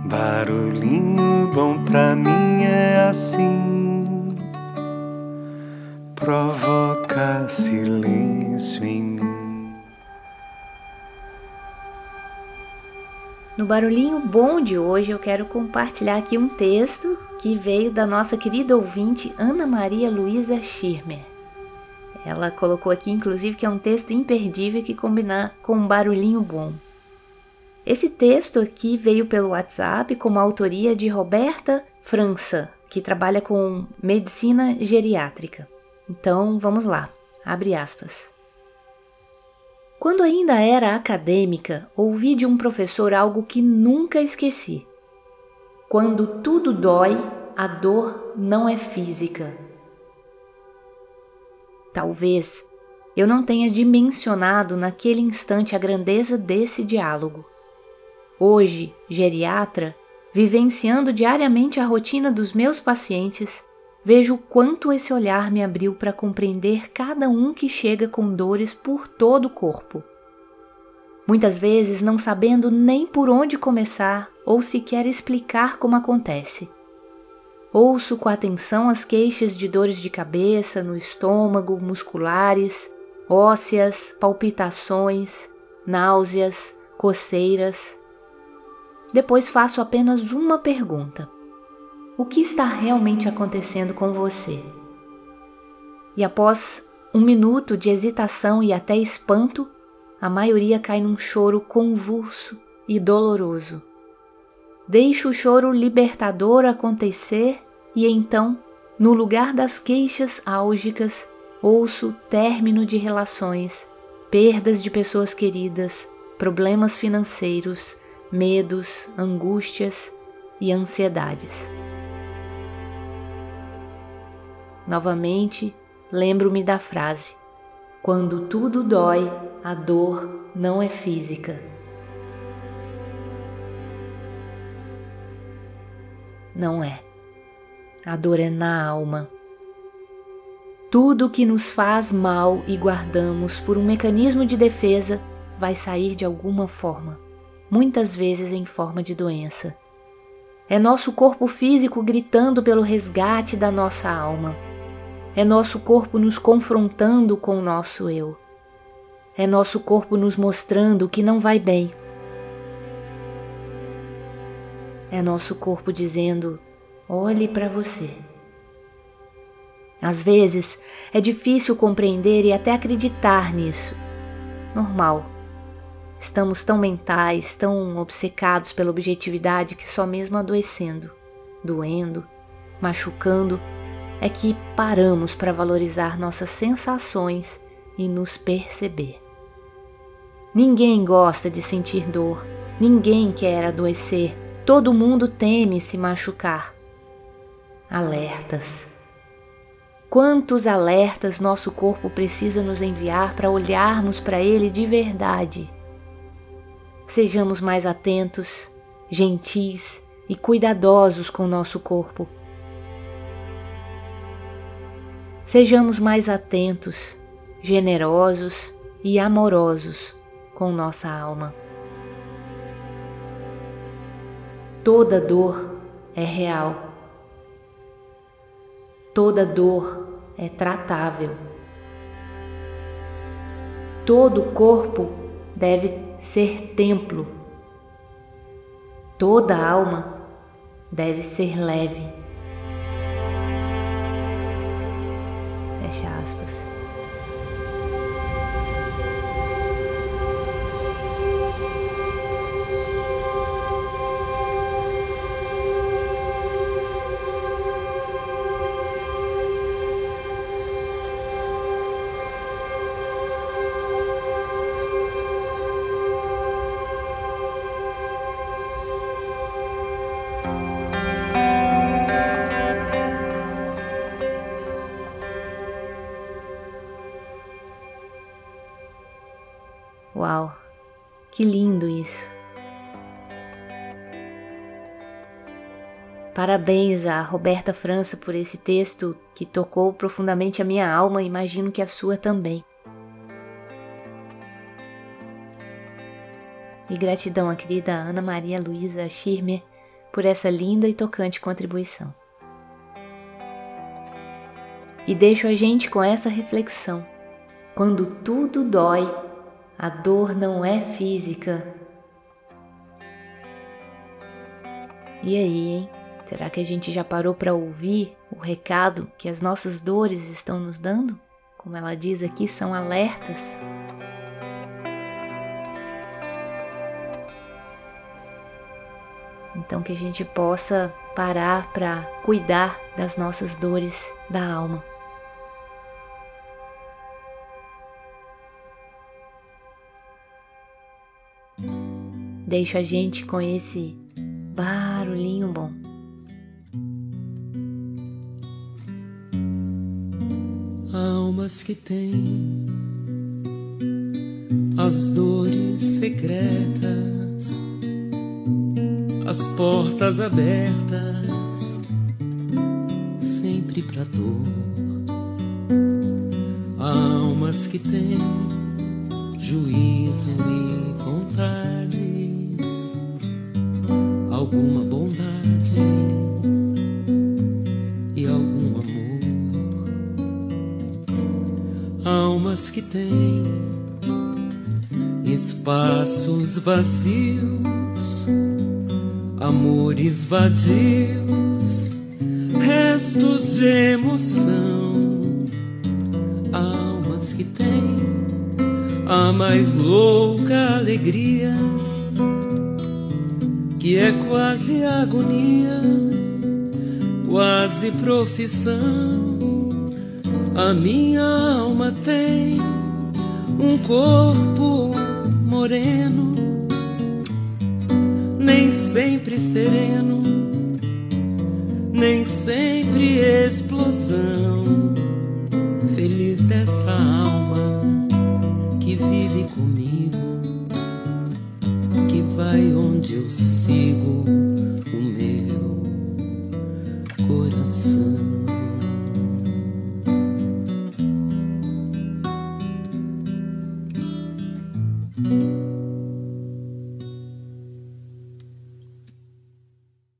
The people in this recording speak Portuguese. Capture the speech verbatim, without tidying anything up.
Barulhinho bom pra mim é assim, provoca silêncio em mim. No Barulhinho Bom de hoje eu quero compartilhar aqui um texto que veio da nossa querida ouvinte Ana Maria Luísa Schirmer. Ela colocou aqui inclusive que é um texto imperdível que combina com um barulhinho bom. Esse texto aqui veio pelo WhatsApp como autoria de Roberta França, que trabalha com medicina geriátrica. Então vamos lá, abre aspas. Quando ainda era acadêmica, ouvi de um professor algo que nunca esqueci. Quando tudo dói, a dor não é física. Talvez eu não tenha dimensionado naquele instante a grandeza desse diálogo. Hoje, geriatra, vivenciando diariamente a rotina dos meus pacientes, vejo o quanto esse olhar me abriu para compreender cada um que chega com dores por todo o corpo. Muitas vezes não sabendo nem por onde começar ou sequer explicar como acontece. Ouço com atenção as queixas de dores de cabeça, no estômago, musculares, ósseas, palpitações, náuseas, coceiras. Depois faço apenas uma pergunta. O que está realmente acontecendo com você? E após um minuto de hesitação e até espanto, a maioria cai num choro convulso e doloroso. Deixo o choro libertador acontecer e então, no lugar das queixas álgicas, ouço término de relações, perdas de pessoas queridas, problemas financeiros, medos, angústias e ansiedades. Novamente, lembro-me da frase: quando tudo dói, a dor não é física. Não é. A dor é na alma. Tudo que nos faz mal e guardamos por um mecanismo de defesa vai sair de alguma forma, muitas vezes em forma de doença. É nosso corpo físico gritando pelo resgate da nossa alma. É nosso corpo nos confrontando com o nosso eu. É nosso corpo nos mostrando que não vai bem. É nosso corpo dizendo: olhe para você. Às vezes é difícil compreender e até acreditar nisso. Normal. Estamos tão mentais, tão obcecados pela objetividade que só mesmo adoecendo, doendo, machucando, é que paramos para valorizar nossas sensações e nos perceber. Ninguém gosta de sentir dor, ninguém quer adoecer, todo mundo teme se machucar. Alertas. Quantos alertas nosso corpo precisa nos enviar para olharmos para ele de verdade? Sejamos mais atentos, gentis e cuidadosos com nosso corpo. Sejamos mais atentos, generosos e amorosos com nossa alma. Toda dor é real. Toda dor é tratável. Todo corpo deve ser templo. Toda alma deve ser leve. Fecha aspas. Uau, que lindo isso! Parabéns a Roberta França por esse texto que tocou profundamente a minha alma e imagino que a sua também. E gratidão à querida Ana Maria Luísa Schirmer por essa linda e tocante contribuição. E deixo a gente com essa reflexão. Quando tudo dói, a dor não é física. E aí, hein? Será que a gente já parou para ouvir o recado que as nossas dores estão nos dando? Como ela diz aqui, são alertas. Então que a gente possa parar para cuidar das nossas dores da alma. Deixo a gente com esse barulhinho bom. Almas que têm as dores secretas, as portas abertas, sempre pra dor. Almas que têm juízo e vontades, alguma bondade e algum amor. Almas que têm espaços vazios, amores vadios, restos de emoção. Almas que têm a mais louca alegria, que é quase agonia, quase profissão. A minha alma tem um corpo moreno, nem sempre sereno, nem sempre explosão. Feliz dessa alma que vive comigo, que vai onde eu sigo o meu coração. Thank you.